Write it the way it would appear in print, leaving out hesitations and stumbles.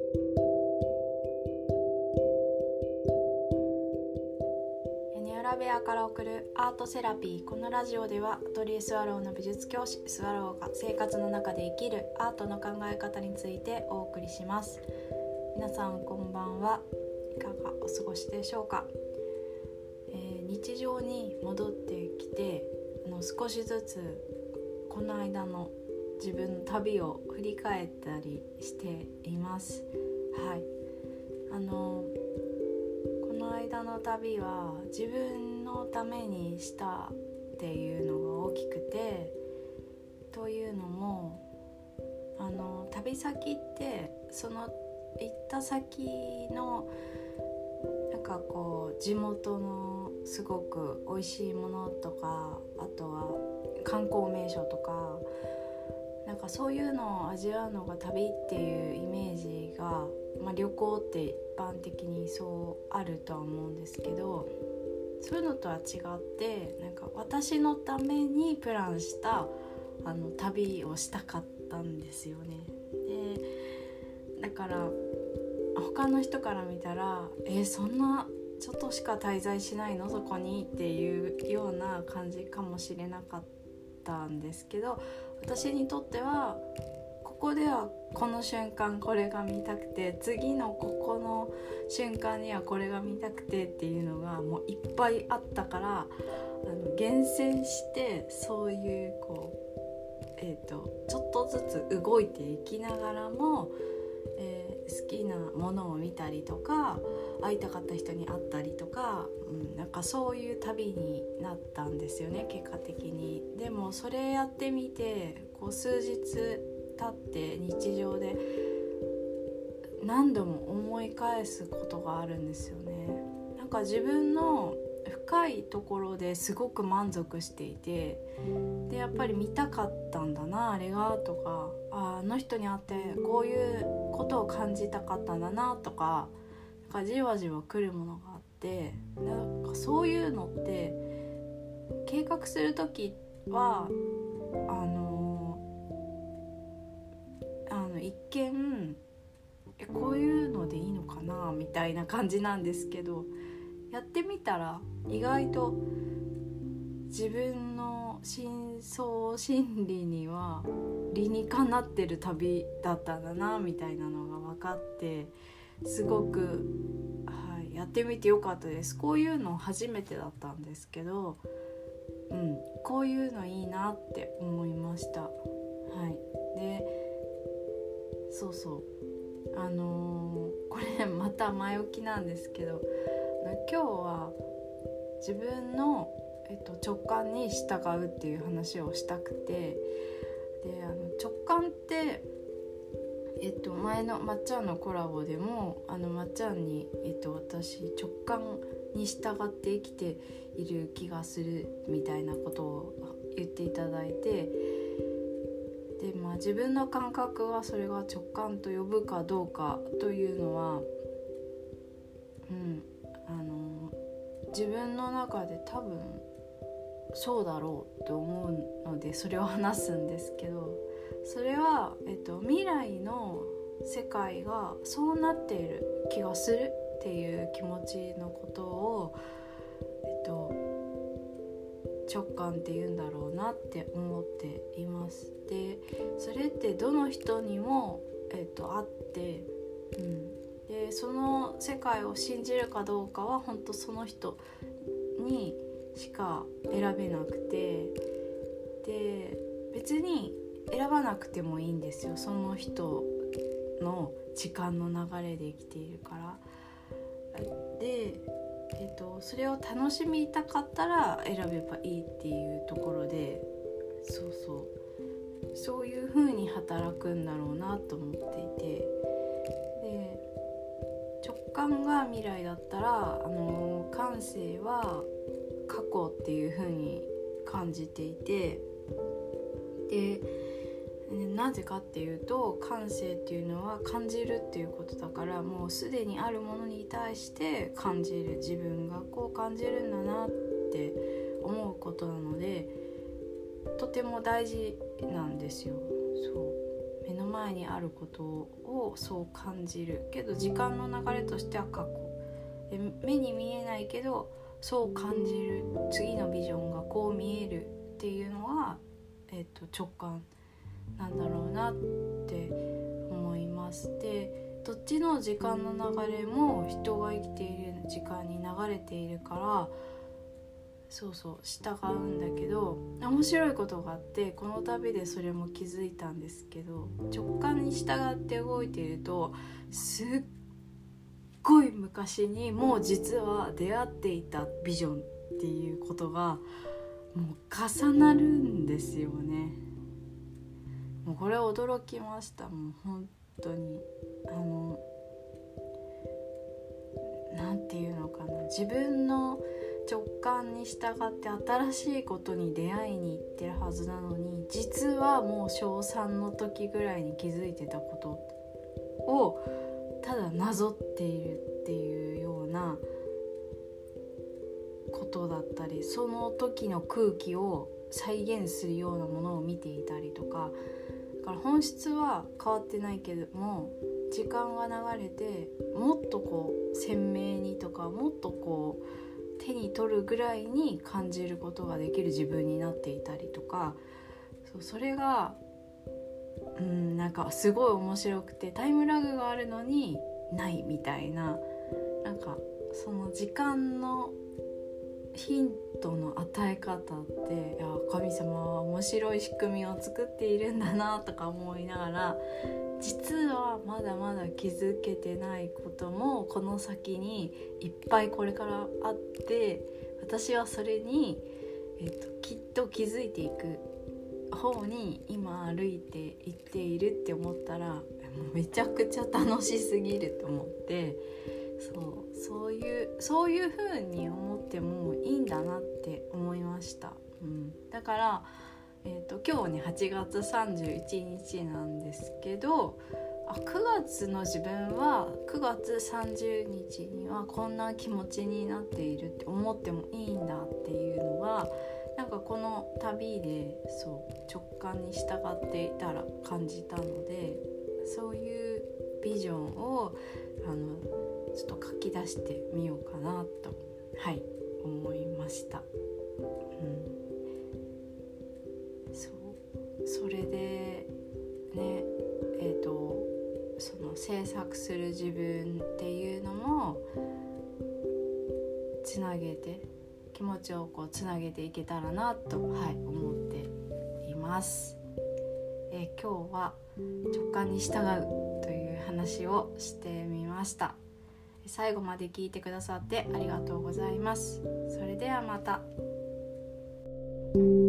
ニューラベアから送るアートセラピー。このラジオではアトリエスワローの美術教師スワローが生活の中で生きるアートの考え方についてお送りします。皆さんこんばんは。いかがお過ごしでしょうか。日常に戻ってきて少しずつこの間の自分の旅を振り返ったりしています。はい、この間の旅は自分のためにしたっていうのが大きくて、というのも旅先ってその行った先の地元のすごく美味しいものとか、あとは観光名所とかそういうのを味わうのが旅っていうイメージが、旅行って一般的にそうあるとは思うんですけど、そういうのとは違って私のためにプランした旅をしたかったんですよね。でだから他の人から見たらそんなちょっとしか滞在しないのそこにっていうような感じかもしれなかったんですけど、私にとってはここではこの瞬間これが見たくて、次のここの瞬間にはこれが見たくてっていうのがもういっぱいあったから、厳選してそういうちょっとずつ動いていきながらも、好きなものを見たりとか会いたかった人に会ったりとか、そういう旅になったんですよね、結果的に。でもそれやってみて数日経って日常で何度も思い返すことがあるんですよね。自分の深いところですごく満足していて、でやっぱり見たかったんだなあれがとか、あの人に会ってこういうことを感じたかったんだなとか、じわじわ来るものがあって、そういうのって計画するときは一見こういうのでいいのかなみたいな感じなんですけど、やってみたら意外と自分の深層心理には理にかなってる旅だったんだなみたいなのが分かって、すごく、やってみてよかったです。こういうの初めてだったんですけど、こういうのいいなって思いました。でこれまた前置きなんですけど、今日は自分の、直感に従うっていう話をしたくて、で直感って、前のまっちゃんのコラボでもまっちゃんに、私直感に従って生きている気がするみたいなことを言っていただいて、で、自分の感覚はそれが直感と呼ぶかどうかというのは、自分の中で多分そうだろうと思うのでそれを話すんですけど、それは、未来の世界がそうなっている気がするっていう気持ちのことを、直感って言うんだろうなって思っています。でそれってどの人にも、あって、でその世界を信じるかどうかは本当その人にしか選べなくて、で別に選ばなくてもいいんですよ。その人の時間の流れで生きているから。でそれを楽しみたかったら選べばいいっていうところで、そういう風に働くんだろうなと思っていて、で直感が未来だったら感性は過去っていう風に感じていて、でなぜかっていうと、感性っていうのは感じるっていうことだから、もうすでにあるものに対して感じる、自分がこう感じるんだなって思うことなので、とても大事なんですよ。目の前にあることをそう感じるけど、時間の流れとしては過去で、目に見えないけどそう感じる、次のビジョンがこう見えるっていうのは、直感なんだろうなって思います。で、どっちの時間の流れも人が生きている時間に流れているから、そう従うんだけど、面白いことがあって、この旅でそれも気づいたんですけど、直感に従って動いていると、すっごい昔にもう実は出会っていたビジョンっていうことがもう重なるんですよね。もうこれ驚きました。もう本当になんていうのかな、自分の直感に従って新しいことに出会いに行ってるはずなのに、実はもう小3の時ぐらいに気づいてたことをただなぞっているっていうようなことだったり、その時の空気を再現するようなものを見ていたりとか、だから本質は変わってないけども、時間が流れてもっとこう鮮明にとか、もっとこう手に取るぐらいに感じることができる自分になっていたりとか、それがなんかすごい面白くて、タイムラグがあるのにないみたいな、なんかその時間のヒントの与え方って、いや神様は面白い仕組みを作っているんだなとか思いながら、実はまだまだ気づけてないこともこの先にいっぱいこれからあって、私はそれに、きっと気づいていく方に今歩いていっているって思ったら、もうめちゃくちゃ楽しすぎると思って、そういう風に思ってもいいんだなって思いました。だから、今日ね8月31日なんですけど、9月の自分は9月30日にはこんな気持ちになっているって思ってもいいんだっていうのが、なんかこの旅で直感に従っていたら感じたので、そういうビジョンをちょっと書き出してみようかなと思いました。それでね、その制作する自分っていうのもつなげて、気持ちをこうつなげていけたらなと、思っています。今日は直感に従うという話をしてみました。最後まで聞いてくださってありがとうございます。それではまた。